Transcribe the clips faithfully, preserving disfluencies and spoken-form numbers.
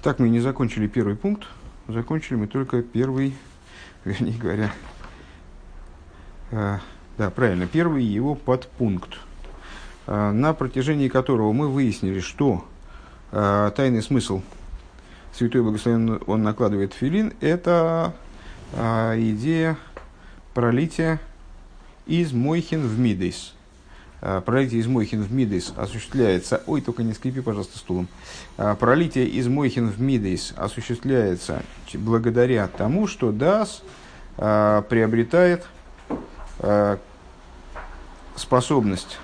Так, мы не закончили первый пункт, закончили мы только первый, вернее говоря, э, да, правильно, первый его подпункт, э, на протяжении которого мы выяснили, что э, тайный смысл Святой Благословен он накладывает тфилин, это э, идея пролития из мойхин в мидейс. Пролитие из мойхин в мидейс осуществляется... Ой, только не скрипи, пожалуйста, стулом. Пролитие из мойхин в мидейс осуществляется благодаря тому, что дас а, приобретает а, способность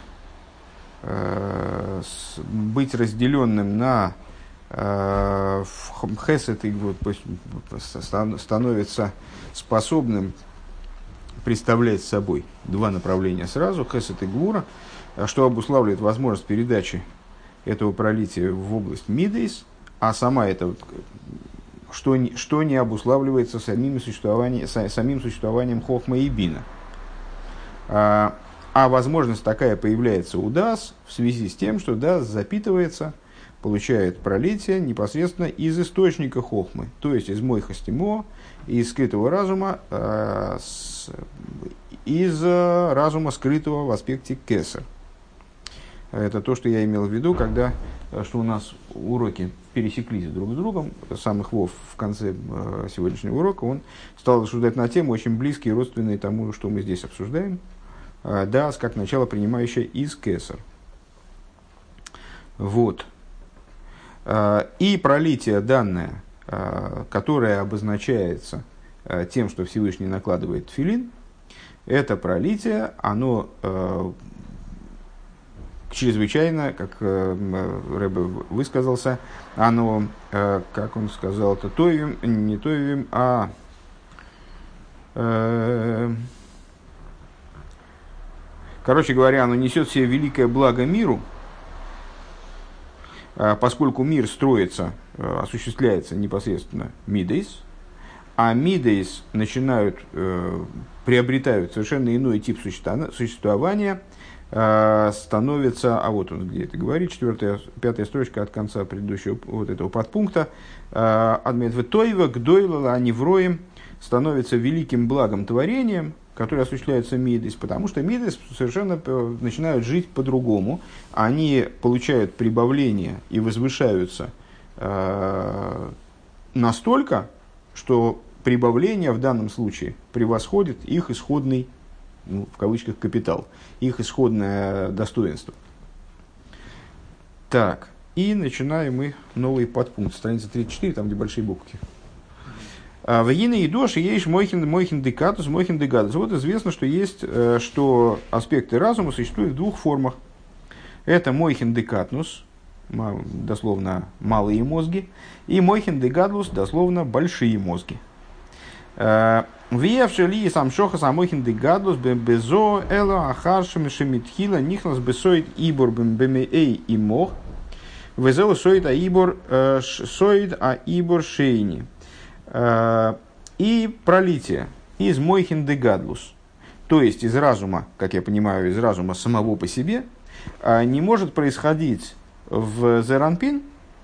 а, с, быть разделенным на а, хесед, и вот, становится способным представляет собой два направления сразу, хесед и гвура, что обуславливает возможность передачи этого пролития в область мидейс, а сама это, что, что не обуславливается самим существованием, самим существованием хохма и бина. А, а возможность такая появляется у дас в связи с тем, что дас запитывается, получает пролитие непосредственно из источника хохмы, то есть из мойхастимо, из скрытого разума, э, с, из разума, скрытого в аспекте кесар. Это то, что я имел в виду, когда что у нас уроки пересеклись друг с другом. Сам Ихвов в конце э, сегодняшнего урока он стал рассуждать на тему, очень близкие, родственные тому, что мы здесь обсуждаем. Э, дас как начало, принимающее из кесар. Вот. Э, и пролитие данное, которое обозначается тем, что Всевышний накладывает тфилин, это пролитие, оно э, чрезвычайно, как э, Рэбе высказался, оно, э, как он сказал, это тоевим, не тоевим, а э, короче говоря, оно несет в себе великое благо миру, поскольку мир строится, осуществляется непосредственно мидейс, а мидейс начинают, приобретают совершенно иной тип существования, становится, а вот он где это говорит, четвертая, пятая строчка от конца предыдущего вот этого подпункта, адмет тойва гдойла аневроем, становится великим благом творением, которые осуществляются мидейс, потому что мидейс совершенно начинают жить по-другому. Они получают прибавление и возвышаются э, настолько, что прибавление в данном случае превосходит их исходный, ну, в кавычках, капитал, их исходное достоинство. Так, и начинаем мы новый подпункт, страница тридцать четыре, там где большие буквы. В Ине и Доши есть мойхин, мойхин декатус, мойхин дегадус. Вот известно, что есть, что аспекты разума существуют в двух формах. Это мойхин декатнус, дословно малые мозги, и мойхин дегадус, дословно большие мозги. Виевшели сам шоха сам мойхин дегадус безо эло ахаршем шемитхила нихнас бесоид ибор бемеэй и мох везело соид а ибор соид а ибор шейни. И пролитие из мойхин дегадлус, то есть из разума, как я понимаю, из разума самого по себе, не может происходить в зеранпин,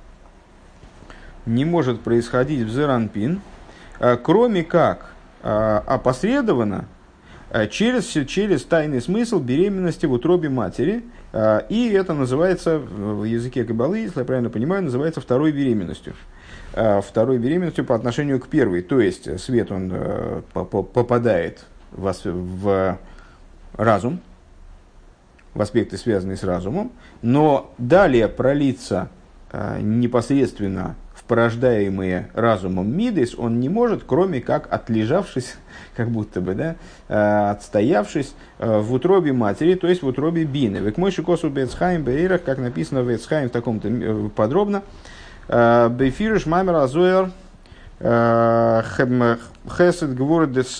не может происходить в зеранпин, кроме как опосредованно через, через тайный смысл беременности в утробе матери, и это называется в языке каббалы, если я правильно понимаю, называется второй беременностью. Второй беременностью по отношению к первой. То есть свет он попадает в, в разум, в аспекты, связанные с разумом, но далее пролиться непосредственно в порождаемые разумом мидейс он не может, кроме как отлежавшись, как будто бы, да, отстоявшись в утробе матери, то есть в утробе бины. Век мой шикосу бецхайм бейрах, как написано в Эцхайм в таком-то подробно, Бейфириш мамер азуэр хесед гвордес.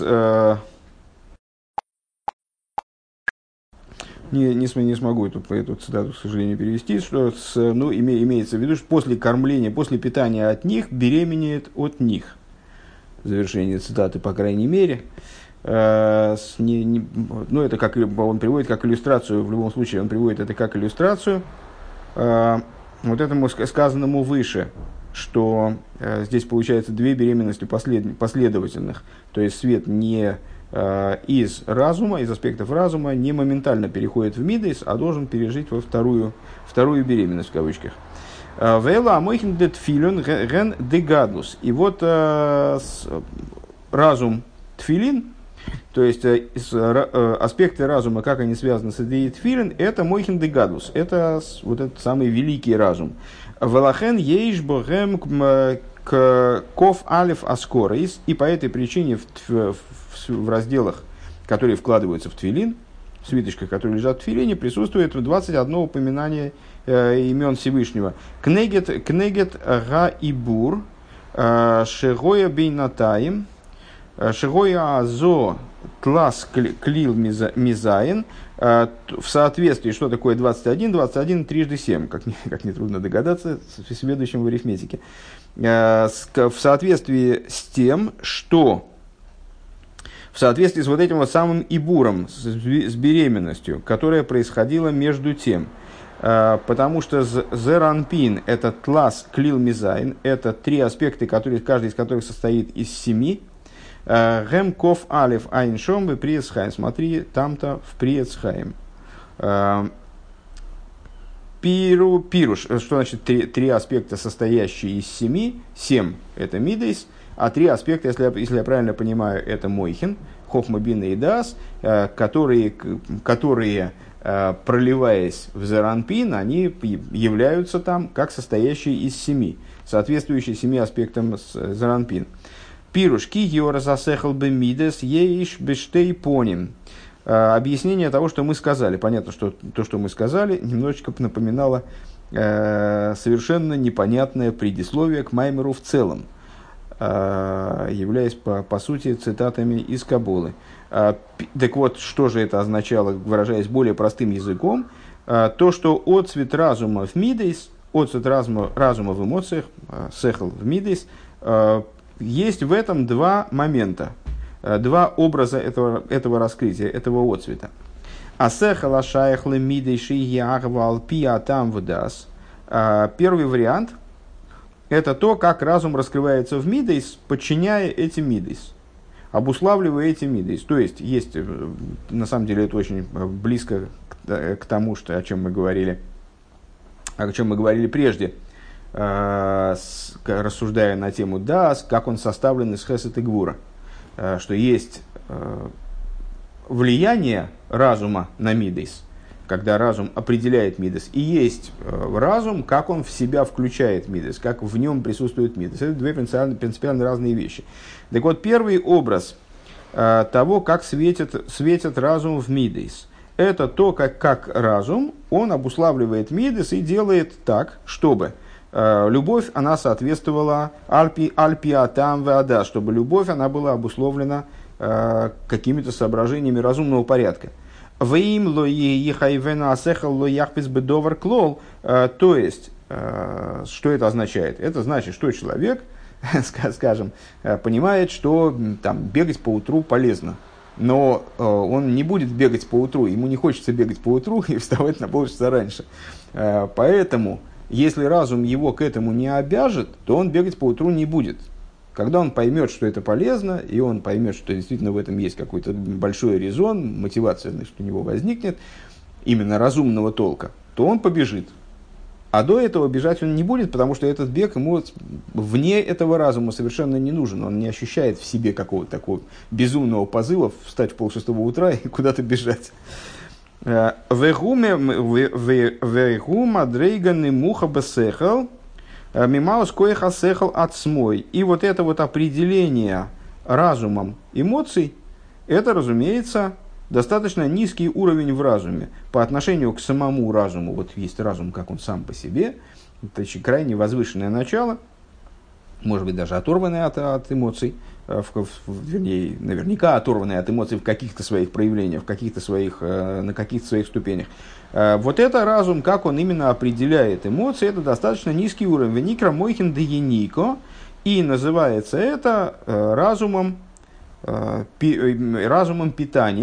Не, не, не смогу эту, эту цитату, к сожалению, перевести, что с, ну, име, имеется в виду, что после кормления, после питания от них беременеет от них. Завершение цитаты, по крайней мере. Э, с, не, не, ну, это как он приводит как иллюстрацию, в любом случае он приводит это как иллюстрацию. Э, вот этому сказанному выше, что э, здесь получается две беременности послед... последовательных. То есть свет не э, из разума, из аспектов разума, не моментально переходит в мидейс, а должен пережить во вторую, вторую беременность в кавычках. Вейла амойхин де тфилин ген де гадлус. И вот э, с, разум тфилин, то есть э, с, э, аспекты разума, как они связаны с идеей тфилин, это мойхин де гадлус. Это вот этот самый великий разум. Велахен ейш богем к ков алиф аскорис. И по этой причине в, в, в, в разделах, которые вкладываются в тфилин, в свиточках, которые лежат в тфилине, присутствует двадцать одно упоминание имен Всевышнего. Кнегет, кнегет га и бур, шегоя бейнатаим, шегоя азо тлас клил мизаин. В соответствии, что такое двадцать один, двадцать один трижды семь, как, не, как нетрудно догадаться, с ведущим в арифметике. В соответствии с тем, что в соответствии с вот этим вот самым ибуром, с, с беременностью, которая происходила между тем, потому что зеранпин – это тлас клил мизайн, это три аспекта, которые, каждый из которых состоит из семи. Гем ков алиф айншом и приецхайм. Смотри, там-то в приецхайм. Пиру, пируш, что значит три, три аспекта, состоящие из семи. Семь – это мидейс, а три аспекта, если я, если я правильно понимаю, это мойхин, хохма, бина и дас, которые, которые проливаясь в зеранпин, они являются там как состоящие из семи, соответствующие семи аспектам зеранпин. Пирушки геора засехал бы мидес еиш бештей поним. Объяснение того, что мы сказали. Понятно, что то, что мы сказали, немножечко напоминало э, совершенно непонятное предисловие к Маймеру в целом, э, являясь по, по сути цитатами из Каббалы. Э, так вот, что же это означало, выражаясь более простым языком? Э, то, что отцвет разума в мидейс, отцвет разума, разума в эмоциях, э, сехал в мидейс, э, есть в этом два момента. Два образа этого, этого раскрытия, этого отцвета. Асехала шайхле мидейши ягвал пиа там вдас. Первый вариант – это то, как разум раскрывается в мидейс, подчиняя эти мидейс, обуславливая эти мидейс. То есть, есть, на самом деле, это очень близко к, к тому, что, о чем мы говорили, о чем мы говорили прежде, рассуждая на тему дас, как он составлен из хесед и гвура. Что есть э, влияние разума на мидейс, когда разум определяет мидейс, и есть э, разум, как он в себя включает мидейс, как в нем присутствует мидейс. Это две принципиально, принципиально разные вещи. Так вот, первый образ э, того, как светит, светит разум в мидейс, это то, как, как разум, он обуславливает мидейс и делает так, чтобы любовь, она соответствовала альпи, альпиатам веада, чтобы любовь, она была обусловлена э, какими-то соображениями разумного порядка. Веим ло ехайвена асехал ло яхпис бедовар клол. То есть, э, что это означает? Это значит, что человек, скажем, понимает, что там, бегать по утру полезно. Но э, он не будет бегать по утру, ему не хочется бегать по утру и вставать на полчаса раньше. Э, поэтому если разум его к этому не обяжет, то он бегать по утру не будет. Когда он поймет, что это полезно, и он поймет, что действительно в этом есть какой-то большой резон, мотивация, значит, у него возникнет, именно разумного толка, то он побежит. А до этого бежать он не будет, потому что этот бег ему вне этого разума совершенно не нужен. Он не ощущает в себе какого-то такого безумного позыва встать в полшестого утра и куда-то бежать. И вот это вот определение разумом эмоций, это, разумеется, достаточно низкий уровень в разуме по отношению к самому разуму. Вот есть разум, как он сам по себе, это очень крайне возвышенное начало, может быть, даже оторванное от, от эмоций, в, в, вернее, наверняка оторванное от эмоций в каких-то своих проявлениях, в каких-то своих, на каких-то своих ступенях. Вот это разум, как он именно определяет эмоции, это достаточно низкий уровень. Веникра мойхин де янико, и называется это разумом, разумом питания,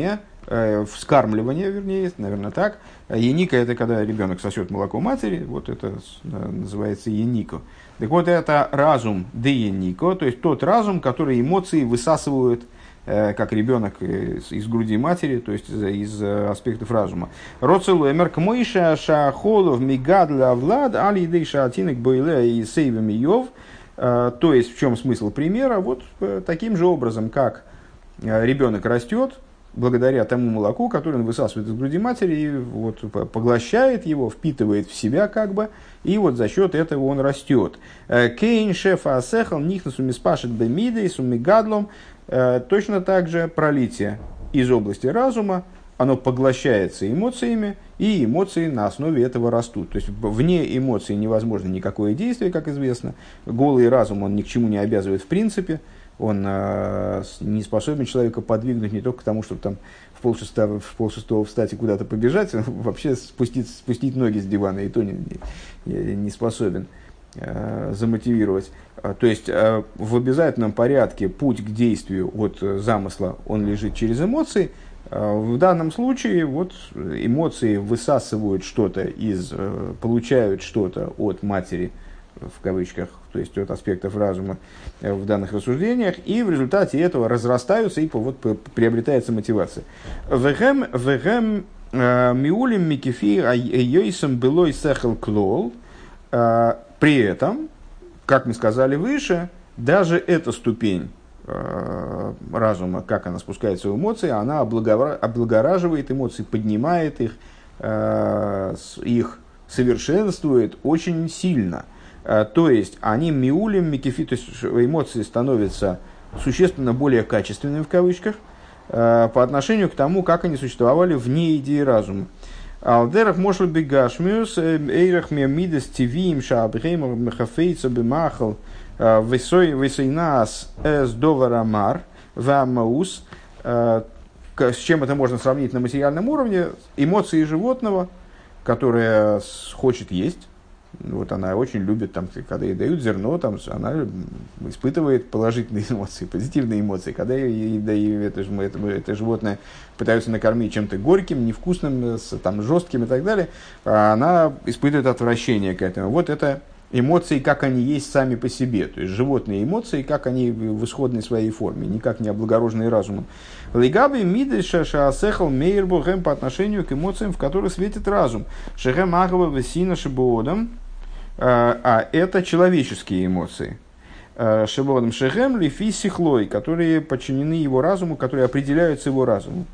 э, вскармливания, вернее, наверное, так. Еника – это когда ребенок сосет молоко матери, вот это называется енико. Так вот, это разум де енико, то есть тот разум, который эмоции высасывают, э, как ребенок из, из груди матери, то есть из, из аспектов разума. Роцелуэмер кмойша шахолов мигадля влад али идей шаатинек бойле и сейвами йов. То есть, в чем смысл примера? Вот таким же образом, как ребенок растет, благодаря тому молоку, которое он высасывает из груди матери, и вот поглощает его, впитывает в себя как бы, и вот за счет этого он растет. Кейн шефа асехал нихнасу миспашет бемидей сумигадлом. Точно так же пролитие из области разума, оно поглощается эмоциями, и эмоции на основе этого растут. То есть вне эмоций невозможно никакое действие, как известно. Голый разум, он ни к чему не обязывает в принципе. Он э, не способен человека подвигнуть не только к тому, чтобы там в полшестого, в полшестого встать и куда-то побежать, вообще спустить, спустить ноги с дивана, и то не, не, не способен э, замотивировать. То есть э, в обязательном порядке путь к действию от замысла, он лежит через эмоции. В данном случае вот, эмоции высасывают что-то из, получают что-то от матери, в кавычках, то есть от аспектов разума в данных рассуждениях, и в результате этого разрастаются, и вот приобретается мотивация. Вегем, вегем миулим микифи айойсам былой сехел клол. При этом, как мы сказали выше, даже эта ступень разума, как она спускается в эмоции, она облагораживает эмоции, поднимает их, их совершенствует очень сильно. То есть они миулим микифи, то есть эмоции становятся существенно более качественными в кавычках по отношению к тому, как они существовали вне идеи разума. Алдерах мошел бегашмиус эйрах миамидес тивиим шаабхеймов мехафейца бемахал весойнас эс доварамар вамаус. С чем это можно сравнить на материальном уровне? Эмоции животного, которое хочет есть. Вот она очень любит, там, когда ей дают зерно, там, она испытывает положительные эмоции, позитивные эмоции. Когда ей, да, это, это, это животное пытаются накормить чем-то горьким, невкусным, с, там, жестким и так далее, она испытывает отвращение к этому. Вот это эмоции, как они есть сами по себе. То есть животные эмоции, как они в исходной своей форме, никак не облагороженные разумом. Лигаби мидыша шаасехал мейрбухем по отношению к эмоциям, в которых светит разум. Шехем агава весина шибоодам. А это человеческие эмоции. Шибоодам шехем лифи сихлой, которые подчинены его разуму, которые определяются его разуму.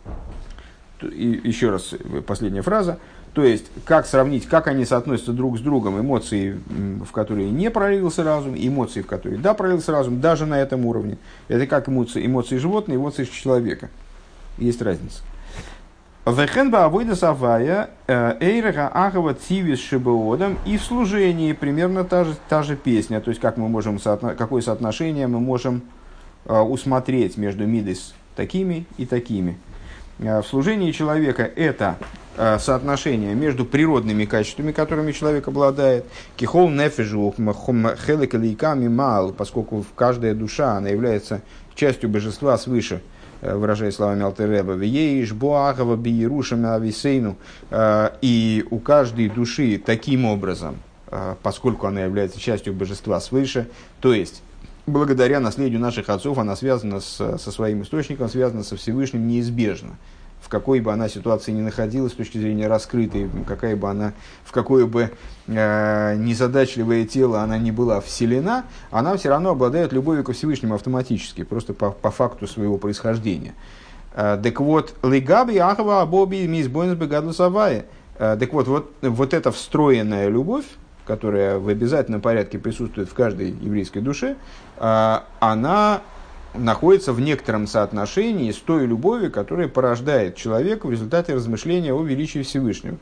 И еще раз, последняя фраза. То есть, как сравнить, как они соотносятся друг с другом, эмоции, в которые не пролился разум, и эмоции, в которые да, пролился разум, даже на этом уровне. Это как эмоции, эмоции животных, эмоции человека. Есть разница. Вехенба авойда савая эйрега агава цивис шибоодам, и в служении примерно та же, та же песня. То есть, как мы можем, какое соотношение мы можем усмотреть между мидис такими и такими. В служении человека это соотношение между природными качествами, которыми человек обладает, кихол нефежу хелекаликами мал, поскольку каждая душа она является частью божества свыше, выражая словами Алтереба, вееш боахава биерушами ависейну, и у каждой души таким образом, поскольку она является частью божества свыше, то есть благодаря наследию наших отцов она связана с, со своим источником, связана со Всевышним неизбежно. В какой бы она ситуации ни находилась с точки зрения раскрытой, какая бы она, в какое бы э, незадачливое тело она ни была вселена, она все равно обладает любовью ко Всевышнему автоматически, просто по, по факту своего происхождения. Э, так вот, лигаби ахава абоби мизбойнс бегадлусавая. Так вот, вот, вот эта встроенная любовь, которая в обязательном порядке присутствует в каждой еврейской душе, э, она находится в некотором соотношении с той любовью, которая порождает человека в результате размышления о величии Всевышнего.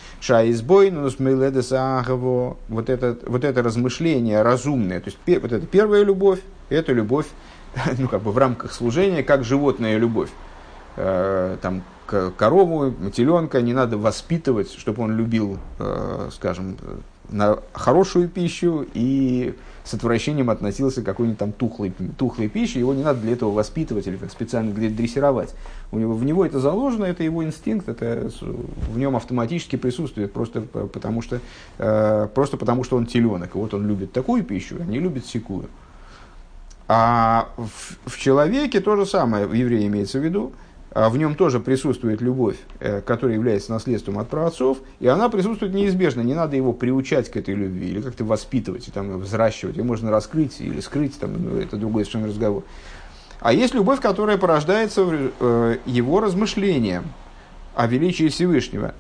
Вот это, вот это размышление разумное, то есть вот эта первая любовь, это любовь, ну, как бы в рамках служения, как животная любовь. Там, корову, теленка не надо воспитывать, чтобы он любил, скажем, на хорошую пищу и с отвращением относился к какой-нибудь там тухлой, тухлой пище, его не надо для этого воспитывать или специально дрессировать. У него, в него это заложено, это его инстинкт, это в нем автоматически присутствует, просто потому что, э, просто потому что он теленок, и вот он любит такую пищу, а не любит сякую. А в, в человеке то же самое, в евреи имеется в виду, в нем тоже присутствует любовь, которая является наследством от праотцов, и она присутствует неизбежно. Не надо его приучать к этой любви или как-то воспитывать, и, там, взращивать. Ее можно раскрыть или скрыть, там, ну, это другой совершенно разговор. А есть любовь, которая порождается его размышлением о величии Всевышнего.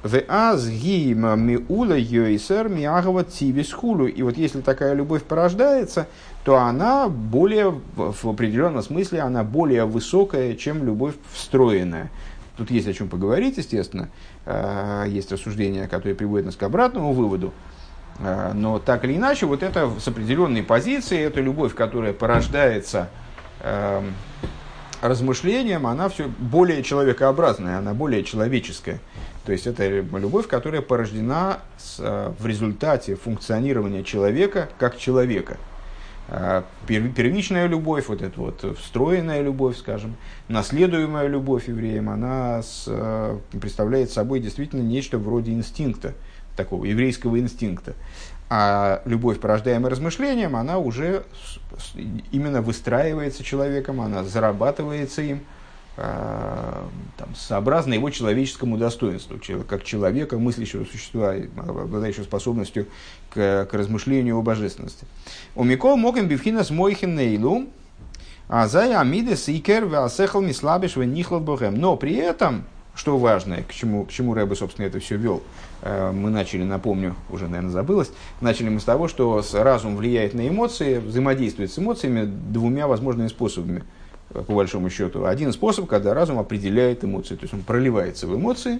И вот если такая любовь порождается, то она более, в определенном смысле, она более высокая, чем любовь встроенная. Тут есть о чем поговорить, естественно. Есть рассуждения, которые приводят нас к обратному выводу. Но так или иначе, вот это с определенной позиции, эта любовь, которая порождается размышлением, она все более человекообразная, она более человеческая. То есть это любовь, которая порождена с, в результате функционирования человека как человека. Первичная любовь, вот эта вот встроенная любовь, скажем, наследуемая любовь евреям, она с, представляет собой действительно нечто вроде инстинкта, такого еврейского инстинкта. А любовь, порождаемая размышлением, она уже именно выстраивается человеком, она зарабатывается им, э, там, сообразно его человеческому достоинству, как человека, мыслящего существа, обладающего способностью к, к размышлению о божественности. У Микол могем бифхинас мойхин нейлу, а зая амидес икер веасехал мислабиш венихлал богем. Но при этом, что важно, к чему, к чему Рэбе, собственно, это все вел, мы начали, напомню, уже, наверное, забылось, начали мы с того, что разум влияет на эмоции, взаимодействует с эмоциями двумя возможными способами, по большому счету. Один способ, когда разум определяет эмоции, то есть он проливается в эмоции.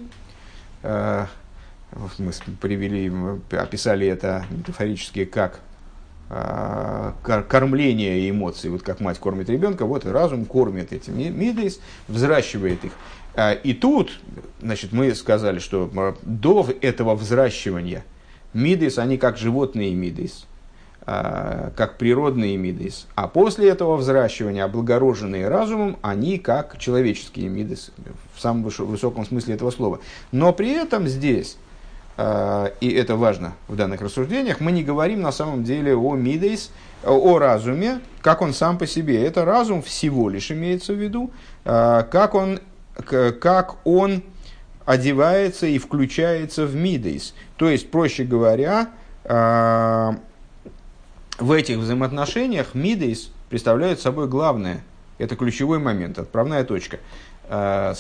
Мы привели, описали это метафорически как кормление эмоций, вот как мать кормит ребенка, вот и разум кормит эти мидейс, взращивает их. И тут, значит, мы сказали, что до этого взращивания мидейс, они как животные мидейс, как природные мидейс, а после этого взращивания, облагороженные разумом, они как человеческие мидейс, в самом высоком смысле этого слова. Но при этом здесь, и это важно в данных рассуждениях, мы не говорим на самом деле о мидейс, о разуме, как он сам по себе. Это разум всего лишь имеется в виду, как он как он одевается и включается в мидейс. То есть, проще говоря, в этих взаимоотношениях мидейс представляет собой главное. Это ключевой момент, отправная точка. Это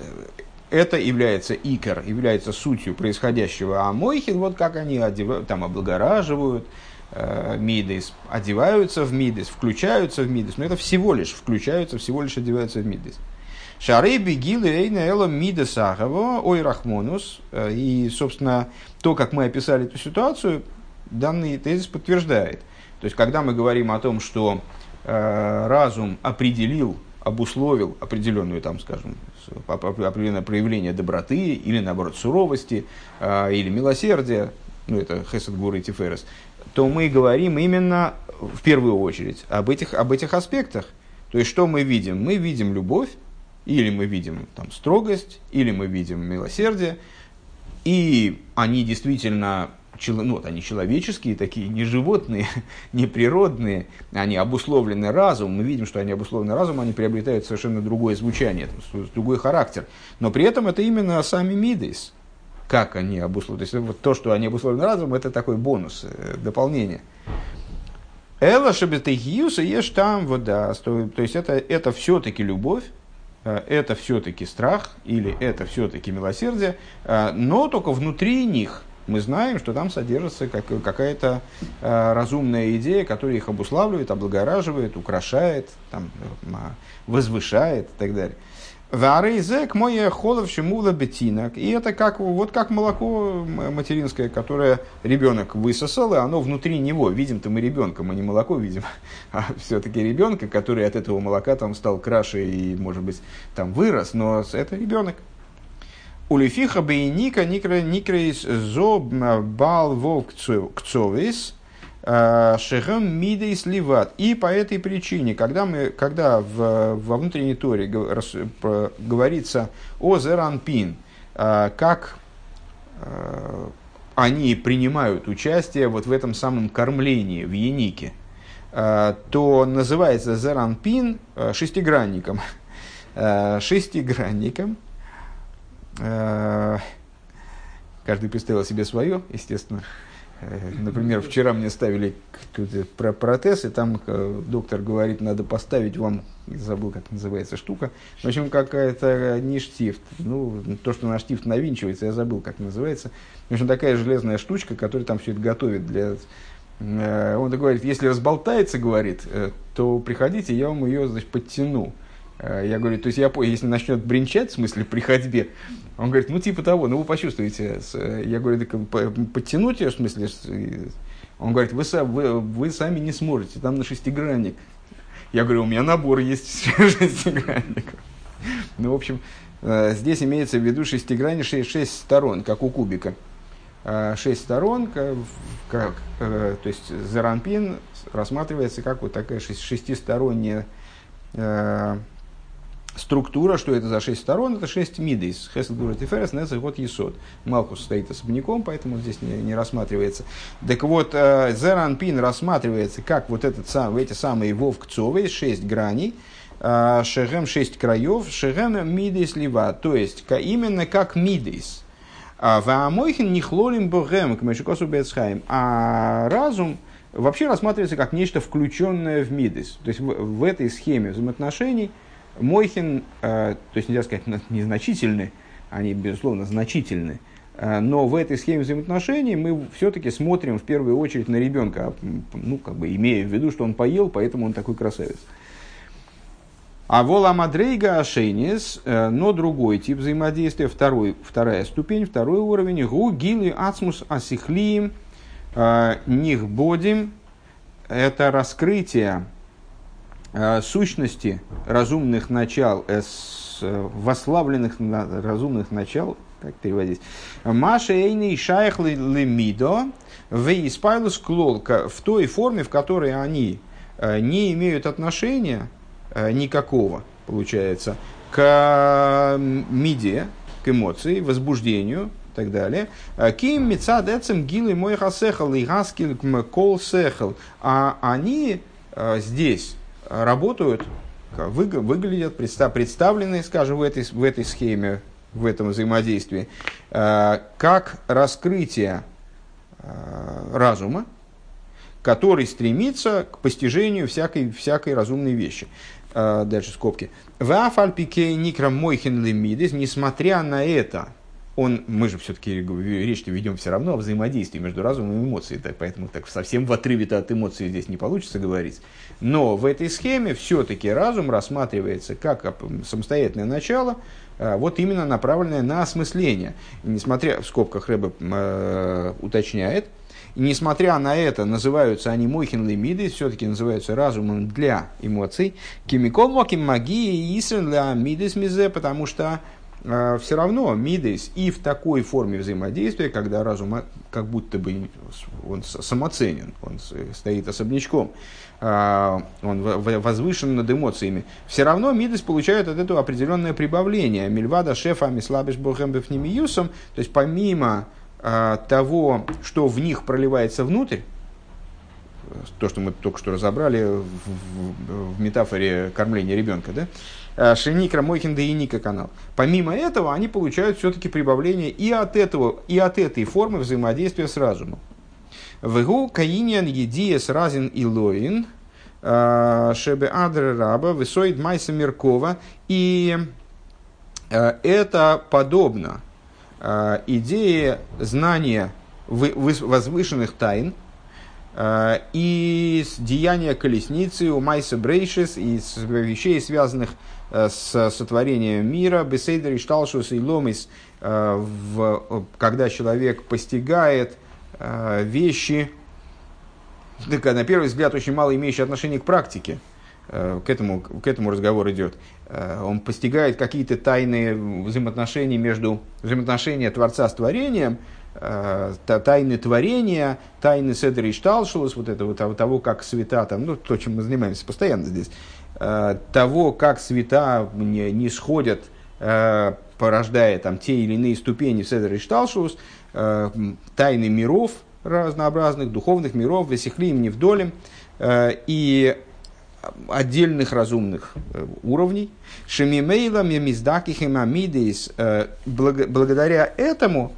является икор, является сутью происходящего. А мойхин, вот как они одевают, там облагораживают мидейс, одеваются в мидейс, включаются в мидейс. Но это всего лишь включаются, всего лишь одеваются в мидейс. Шары бегилы эйна эло мида сахаво ой рахмонус. И, собственно, то, как мы описали эту ситуацию, данный тезис подтверждает. То есть, когда мы говорим о том, что э, разум определил, обусловил определенную, там, скажем, определенное проявление доброты или, наоборот, суровости э, или милосердия, ну, это хесед гур и тиферес, то мы говорим именно в первую очередь об этих, об этих аспектах. То есть, что мы видим? Мы видим любовь, или мы видим там, строгость, или мы видим милосердие, и они действительно, ну, вот они человеческие, такие не животные, не природные, они обусловлены разумом, мы видим, что они обусловлены разумом, они приобретают совершенно другое звучание, другой характер, но при этом это именно сами мидейс, как они обусловлены, то есть вот то, что они обусловлены разумом, это такой бонус, дополнение. Эла шебетехиюса ешь там вода, то есть это, это все-таки любовь, это все-таки страх или это все-таки милосердие, но только внутри них мы знаем, что там содержится какая-то разумная идея, которая их обуславливает, облагораживает, украшает, там, возвышает и так далее. Варейзек мой холов шимула бетинок. И это как, вот как молоко материнское, которое ребенок высосал, и оно внутри него. Видим-то мы ребенка, мы не молоко видим, а все-таки ребенка, который от этого молока там стал краше и, может быть, там вырос, но это ребенок. Улифиха бейника никрейс зо бал вов кцовис. Шехем мидейс ливат. И по этой причине, когда, мы, когда в, во внутренней Торе говорится о зеранпин, как они принимают участие вот в этом самом кормлении, в янике, то называется зеранпин шестигранником. Шестигранником. Каждый представил себе свое, естественно. Например, вчера мне ставили протез, и там доктор говорит, надо поставить вам, забыл, как называется штука, в общем, какая-то не штифт, ну, то, что на штифт навинчивается, я забыл, как называется. В общем, такая железная штучка, которая там все это готовит для... Он говорит, если разболтается, говорит, то приходите, я вам ее, значит, подтяну. Я говорю, то есть я если начнет бренчать, в смысле, при ходьбе, он говорит, ну, типа того, ну, вы почувствуете. Я говорю, так подтянуть ее, в смысле, он говорит, вы, вы, вы сами не сможете, там на шестигранник. Я говорю, у меня набор есть шестигранников. Ну, в общем, здесь имеется в виду шестигранник, шесть, шесть сторон, как у кубика. Шесть сторон, как, как, то есть зеранпин рассматривается как вот такая шестисторонняя структура. Что это за шесть сторон? Это шесть мидейс. Хесед, Гвура, Тиферес, Нецах, Год, Есод. Малхус стоит особняком, поэтому здесь не, не рассматривается. Так вот, зеранпин рассматривается как вот этот сам, эти самые вовкцовые, шесть граней, шегем шесть краев, шегем мидейс лива, то есть именно как мидейс. Ваамойхин нихлолим богем, к мешикосу бецхаим. А разум вообще рассматривается как нечто включенное в мидейс. То есть в, в этой схеме взаимоотношений Мойхин, э, то есть нельзя сказать незначительны, они, безусловно, значительны, э, но в этой схеме взаимоотношений мы все-таки смотрим в первую очередь на ребенка, ну, как бы имея в виду, что он поел, поэтому он такой красавец. А вола мадрейга ашейнис, э, но другой тип взаимодействия, второй, вторая ступень, второй уровень, гу гилы ацмус асихлиим э, нихбодим, это раскрытие сущности разумных начал, восславленных разумных начал, как переводить, Маша эйни шайх лемидо вейспайлус клол, в той форме, в которой они не имеют отношения никакого, получается, к миде, к эмоции, возбуждению и так далее. Ким мецад эцем гилы мой хасехал и гаскил кол сехал, а они здесь работают, выглядят, представлены, скажем, в этой, в этой схеме, в этом взаимодействии, как раскрытие разума, который стремится к постижению всякой, всякой разумной вещи. Дальше скобки. Несмотря на это, он, мы же все-таки речь-то ведем все равно о взаимодействии между разумом и эмоцией, так, поэтому так, совсем в отрыве-то от эмоций здесь не получится говорить. Но в этой схеме все-таки разум рассматривается как самостоятельное начало, вот именно направленное на осмысление. Несмотря, в скобках Рэбе э, уточняет, и несмотря на это, называются они мойхин лемиды, все-таки называются разумом для эмоций, кимикол моким магии и исрен для мидес мизе, потому что все равно мидейс и в такой форме взаимодействия, когда разум как будто бы он самоценен, он стоит особнячком, он возвышен над эмоциями, все равно мидейс получает от этого определенное прибавление. Мильвада шефа мислабиш бохем бефнимиюсом, то есть помимо того, что в них проливается внутрь, то, что мы только что разобрали в, в, в метафоре кормления ребенка, да? Шеникра, Мойхин, да и Ника канал. Помимо этого, они получают все-таки прибавление и от этого, и от этой формы взаимодействия с разумом. Вегу каинян едиес разин и лоин шебе адре раба высоид майса меркова. И это подобно идее знания возвышенных тайн и деяния колесницы у майса брейшис и вещей, связанных с сотворением мира, бесейдер и шталшус и ломис, когда человек постигает вещи, на первый взгляд, очень мало имеющие отношение к практике, к этому, к этому разговор идет. Он постигает какие-то тайные взаимоотношения между взаимоотношения Творца с творением, тайны творения, тайны Седер и Шталшулус, вот это вот того, как света, там, ну, то, чем мы занимаемся постоянно здесь, того, как света не, не сходят, порождая там те или иные ступени Седер и Шталшулус, тайны миров разнообразных, духовных миров, весихлим, невдолем, и отдельных разумных уровней. Шемимейла мемиздакихим амидейс. Благодаря этому,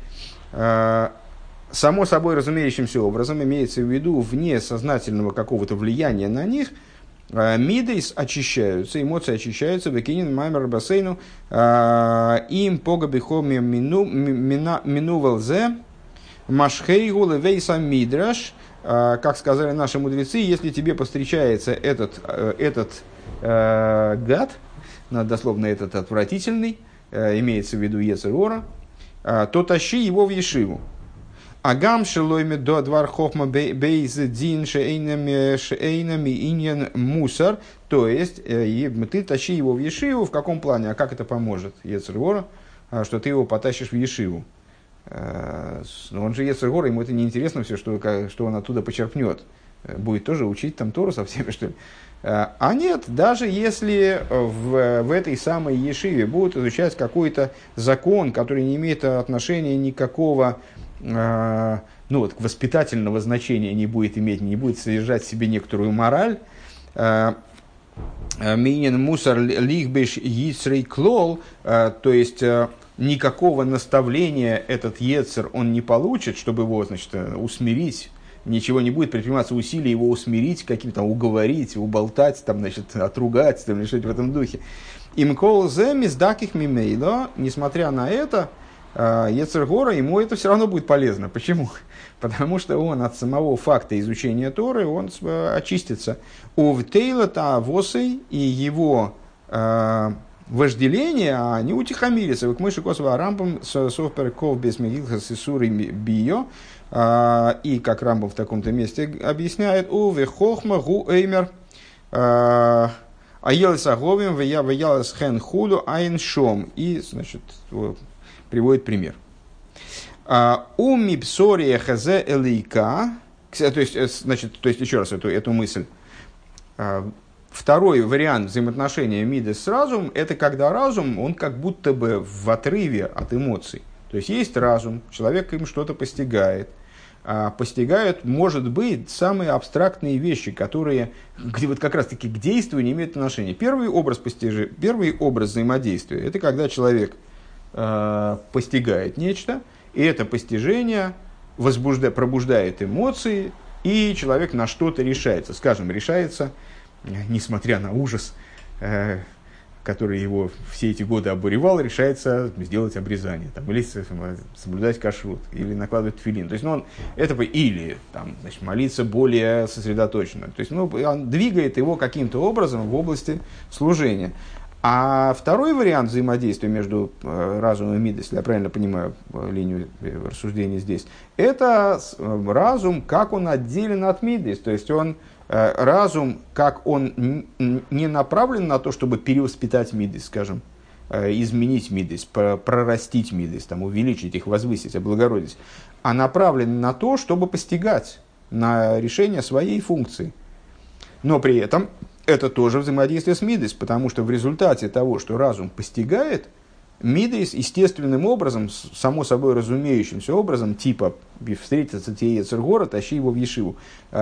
само собой разумеющимся образом, имеется в виду вне сознательного какого-то влияния на них, мидейс очищаются, эмоции очищаются, векинин маймер бассейну, им погабихоми минувелзе, машхейгу левейса мидраш. Как сказали наши мудрецы, если тебе повстречается этот, этот э, гад, дословно этот отвратительный, э, имеется в виду Йецер Ора, э, то тащи его в ешиву. Агам шелойме до двар хохма бейз дин шейнами шейнами иньян мусар. То есть, э, ты тащи его в ешиву. В каком плане? А как это поможет Йецер Ора, что ты его потащишь в ешиву? Но он же Йецер Ора, ему это неинтересно все, что, что он оттуда почерпнет. Будет тоже учить там Тору со всеми, что ли. А нет, даже если в, в этой самой ешиве будут изучать какой-то закон, который не имеет отношения никакого, ну вот, воспитательного значения не будет иметь, не будет содержать в себе некоторую мораль, минин мусар лихбеш йицрей клол, то есть никакого наставления этот Йецер он не получит, чтобы его, значит, усмирить. Ничего не будет предприниматься усилий его усмирить, каким-то уговорить, уболтать, там, значит, отругать, там, решить в этом духе. Имкол зе миздаких мимейло, несмотря на это, Йецер Гора, ему это все равно будет полезно. Почему? Потому что он от самого факта изучения Торы, он очистится. Увтейла та восей и его вожделение, а они утихомирятся. Вы к мыши косово арампам совперков без мегилха сисуры био. И как Рамбам в таком-то месте объясняет, уве хохма гу эймер аелес аговим веялес хен худу айн шом. И, значит, приводит пример. У мипсория хазе элейка. То есть, значит, то есть, еще раз эту, эту мысль. Второй вариант взаимоотношения мидес с разумом – это когда разум, он как будто бы в отрыве от эмоций. То есть, есть разум, человек им что-то постигает. А постигают, может быть, самые абстрактные вещи, которые где вот как раз-таки к действию не имеют отношения. Первый образ, постижи, первый образ взаимодействия – это когда человек э, постигает нечто, и это постижение возбуждает, пробуждает эмоции, и человек на что-то решается. Скажем, решается, несмотря на ужас, э, который его все эти годы обуревал, решается сделать обрезание, там, или соблюдать кашрут, или накладывать тфилин. То есть, ну, он, это бы, или там, значит, молиться более сосредоточенно. То есть, ну, он двигает его каким-то образом в области служения. А второй вариант взаимодействия между э, разумом и мидой, если я правильно понимаю э, линию э, рассуждения здесь, это э, разум, как он отделен от мидой. То есть, он разум, как он не направлен на то, чтобы перевоспитать мидис, скажем, изменить мидис, прорастить мидис, там, увеличить их, возвысить, облагородить, а направлен на то, чтобы постигать, на решение своей функции. Но при этом это тоже взаимодействие с мидис, потому что в результате того, что разум постигает, мидис естественным образом, само собой разумеющимся образом, типа встретиться тебе Йецер Гора, тащи его в ешиву,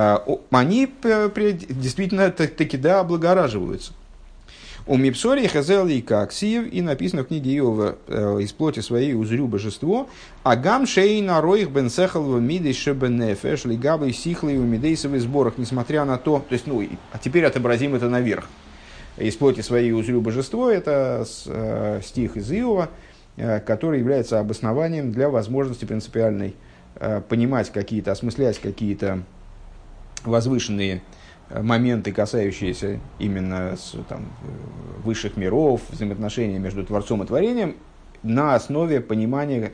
они действительно таки да облагораживаются. У Мипсори Хазел и Каксиев, и написано в книге Иова, из плоти своей узрю божество, Агам шейна роих бен сехалва мидей шебенефеш лигабы сихлы у мидейсовых сборах, несмотря на то, то есть, ну, а теперь отобразим это наверх. Из плоти своей узрю божество, это э, стих из Иова, э, который является обоснованием для возможности принципиальной э, понимать какие-то, осмыслять какие-то возвышенные моменты, касающиеся именно с, там, высших миров, взаимоотношений между Творцом и Творением, на основе понимания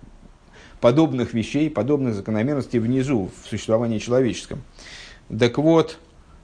подобных вещей, подобных закономерностей внизу, в существовании человеческом. Так вот,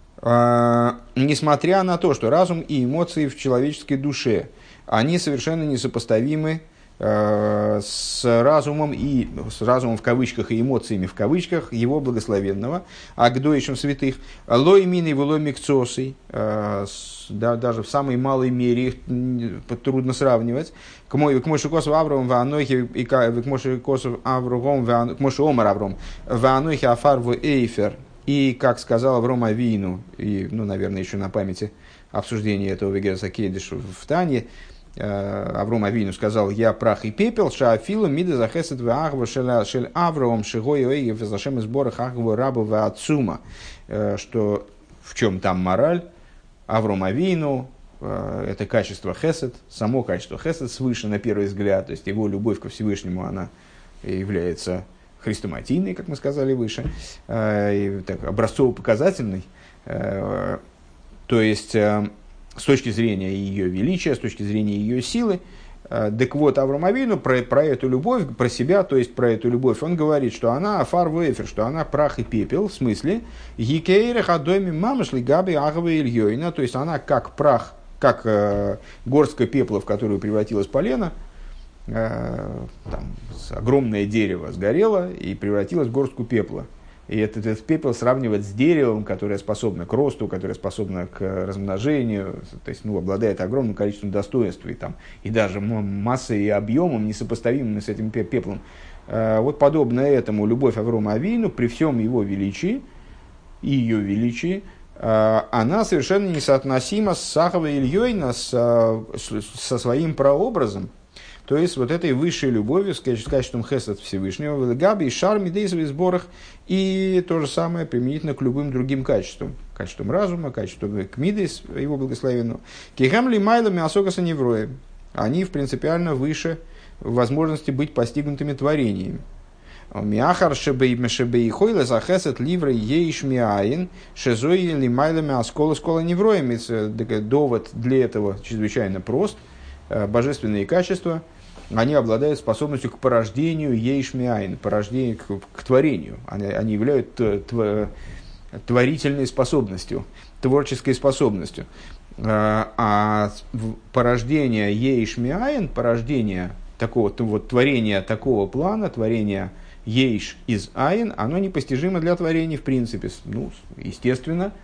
Uh, несмотря на то, что разум и эмоции в человеческой душе, они совершенно несопоставимы э, с разумом, и, с разумом в кавычках и эмоциями в кавычках его благословенного, а к доищам святых, лой мины волой микцосой, э, да, даже в самой малой мере их трудно сравнивать, к мойши косов Авром в Анохе и к мойши косов Авром к мойши Омар Авром в Анохе Афар в Эйфер, и как сказал Авром Авину, и, ну, наверное, еще на памяти обсуждения этого Вегеса Кейдиш в Тане, Авром Авину сказал: «Я прах и пепел, шаафилу мида захесет в агва шель Авром шигой оегев зашем из борах агва рабу в ацума». Что в чем там мораль? Авром Авину – это качество хесед, само качество хесед свыше на первый взгляд, то есть его любовь ко Всевышнему, она является хрестоматийной, как мы сказали выше, образцово-показательной, то есть с точки зрения ее величия, с точки зрения ее силы. Так вот, Авром Авину про, про эту любовь, про себя, то есть про эту любовь, он говорит, что она афар вейфер, что она прах и пепел, в смысле гикейрех адоми мамышли габи агавы ильёйна, то есть она как прах, как э, горстка пепла, в которую превратилась полено, э, там, огромное дерево сгорело и превратилось в горстку пепла. И этот, этот пепел сравнивать с деревом, которое способно к росту, которое способно к размножению, то есть, ну, обладает огромным количеством достоинств и, там, и даже массой и объемом, несопоставимым с этим пеплом. Вот подобно этому любовь Аврома Авину при всем его величии и ее величии, она совершенно несоотносима с Саховой Ильей, со своим прообразом. То есть, вот этой высшей любовью, с качеством хесед Всевышнего, в Габи и Шарми Дейзовых сборах, и то же самое применительно к любым другим качествам. Качествам разума, качествам кмидейс, его благословенного. Кихамли майлами асокаса невроя. Они, в принципиально выше возможности быть постигнутыми творениями. Миахар шебей шебей хойле за хесед ливрей ейш миаин шезои лимайлами аскола скола невроями. Довод для этого чрезвычайно прост. Божественные качества, они обладают способностью к порождению ейшмиайн, порождению, к, к творению. Они, они являются тв, творительной способностью, творческой способностью. А порождение ейшмиайн, порождение такого вот творения такого плана, творения ейш из айн, оно непостижимо для творений в принципе. Ну, естественно,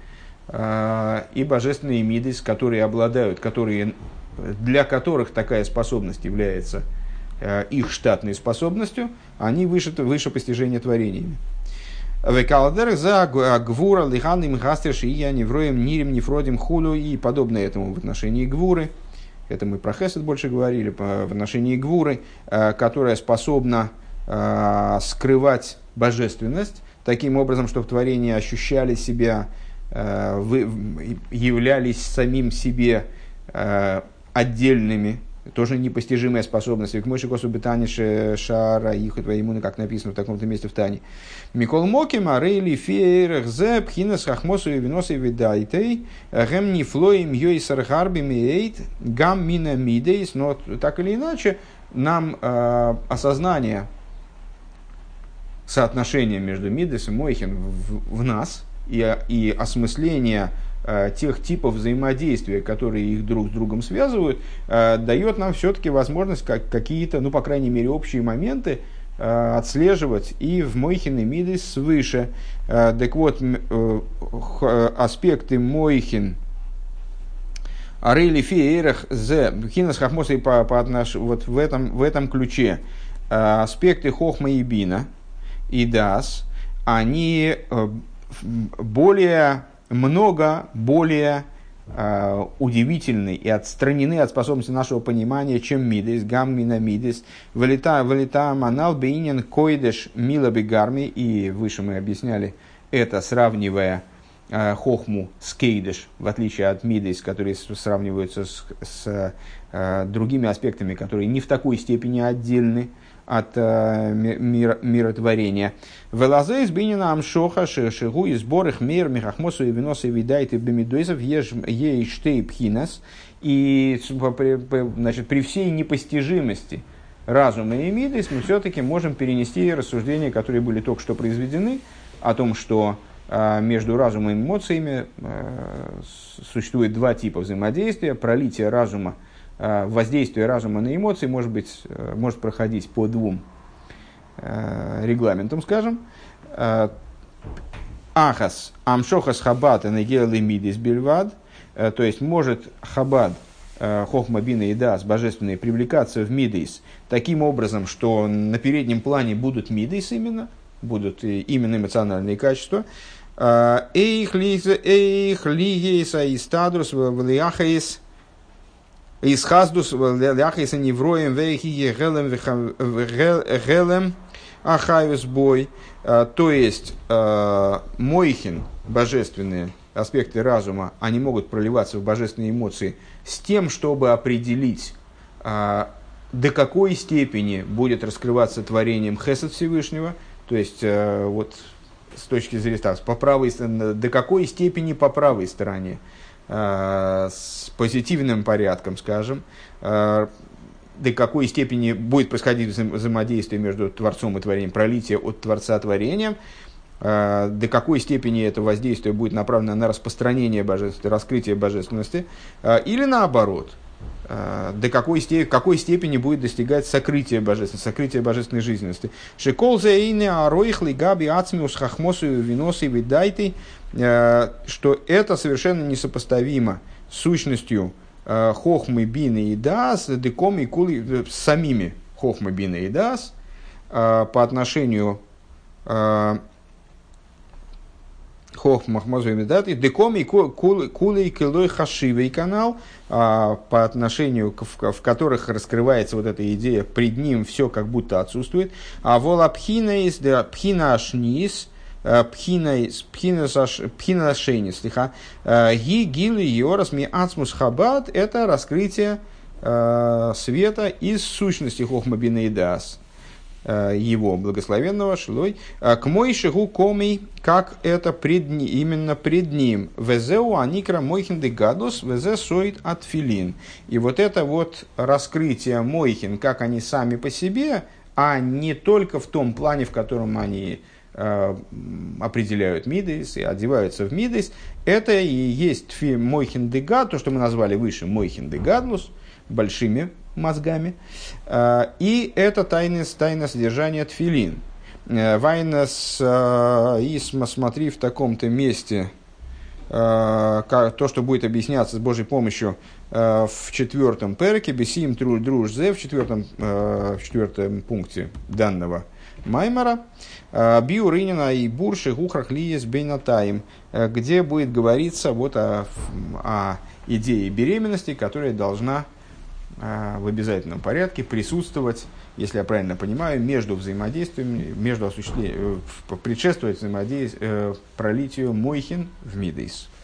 и божественные мидис, которые обладают, которые для которых такая способность является э, их штатной способностью, они выше, выше постижения творениями. Векалдер за гвура лиханым гастерши я невроем нирим нефродим хулю, и подобное этому в отношении гвуры. Это мы про хесед больше говорили, в отношении гвуры, э, которая способна э, скрывать божественность таким образом, чтобы творения ощущали себя, э, вы, являлись самим себе э, отдельными, тоже непостижимая способность. К мойши косу бетаниши шара их ему, как написано в таком-то месте в Тане. Микол моким арейли фейрах зе пхинас хахмосу и виносу видайтей гэм нифлоим йойсар харбим эйт гам мина мидейс. Но так или иначе, нам э, осознание соотношения между мидейс и мойхин в, в нас и, и осмысление тех типов взаимодействия, которые их друг с другом связывают, дает нам все-таки возможность как, какие-то, ну, по крайней мере, общие моменты отслеживать и в Мойхин и Мидейс свыше. Так вот, аспекты Мойхин, Арейли Фиерах, Зе, Хинас Хахмоса и по, по отнош... вот в этом, в этом ключе, аспекты Хохма и Бина и Дас, они более много более э, удивительны и отстранены от способности нашего понимания, чем мидес, гаммина мидес, валита манал бейнин койдеш мила бегарми, и выше мы объясняли это, сравнивая э, хохму с кейдеш, в отличие от мидес, которые сравниваются с, с э, другими аспектами, которые не в такой степени отдельны от э, мир, миротворения. Велазе избинина амшоха шигу и сбор их мир михахмосу и виноса и видайты бемидойзов ей штей пхинас. И, значит, при всей непостижимости разума и мидейс мы все-таки можем перенести рассуждения, которые были только что произведены, о том, что э, между разумом и эмоциями э, существует два типа взаимодействия: пролитие разума воздействие разума на эмоции может, быть, может проходить по двум регламентам, скажем. Ахас, амшохас хабат энегелы мидис бельвад, то есть может хабад, хохма бина и дас, божественные, привлекаться в мидис таким образом, что на переднем плане будут мидис именно, будут именно эмоциональные качества. Эйх лигейса и стадрус влияхаис из хаздус влияхаиса невроем вейхи гелем ахайус бой. То есть мойхин, божественные аспекты разума, они могут проливаться в божественные эмоции с тем, чтобы определить, до какой степени будет раскрываться творением хесед Всевышнего, то есть вот с точки зрения, по правой стороне, до какой степени по правой стороне, с позитивным порядком, скажем, до какой степени будет происходить взаимодействие между Творцом и творением, пролитие от Творца творением, до какой степени это воздействие будет направлено на распространение божественности, раскрытие божественности, или наоборот, до какой степени, какой степени будет достигать сокрытия божественности, сокрытия божественной жизненности. Шекол зейне ароихли габи ацмиус хахмосу виносы видайты, что это совершенно несопоставимо с сущностью хохмы бины и дас, деком и кули, с самими хохмы бины и дас по отношению хохмах мозуми даты, деком и кулей килой хашивый канал, по отношению в, в которых раскрывается вот эта идея, пред ним все как будто отсутствует. А вола пхина из да пхина ашнис, пхина пхина шейнис, лиха ги гилы йорас ми ацмус хабад, это раскрытие света из сущности хохма бина и дас, его благословенного шилой, к мой шигу комей, как это пред, именно пред ним, везеу аникра мойхин де гадус, везе соит от филин. И вот это вот раскрытие мойхин, как они сами по себе, а не только в том плане, в котором они э, определяют мидейс и одеваются в мидейс, это и есть мойхин де гад, то, что мы назвали выше мойхин де гадлус, большими мозгами. И это тайное, тайное содержание тфилин. Вайнас Исма, смотри в таком-то месте, то, что будет объясняться с Божьей помощью в четвертом перке, бесим труд друж зе, в четвертом, в четвертом пункте данного маймара, биу рынина и бурши гухрах лиес бейнатаим, где будет говориться вот о, о идее беременности, которая должна в обязательном порядке присутствовать, если я правильно понимаю, между взаимодействиями, между осуществлением, предшествовать взаимодействию, пролитию мойхин в мидейс.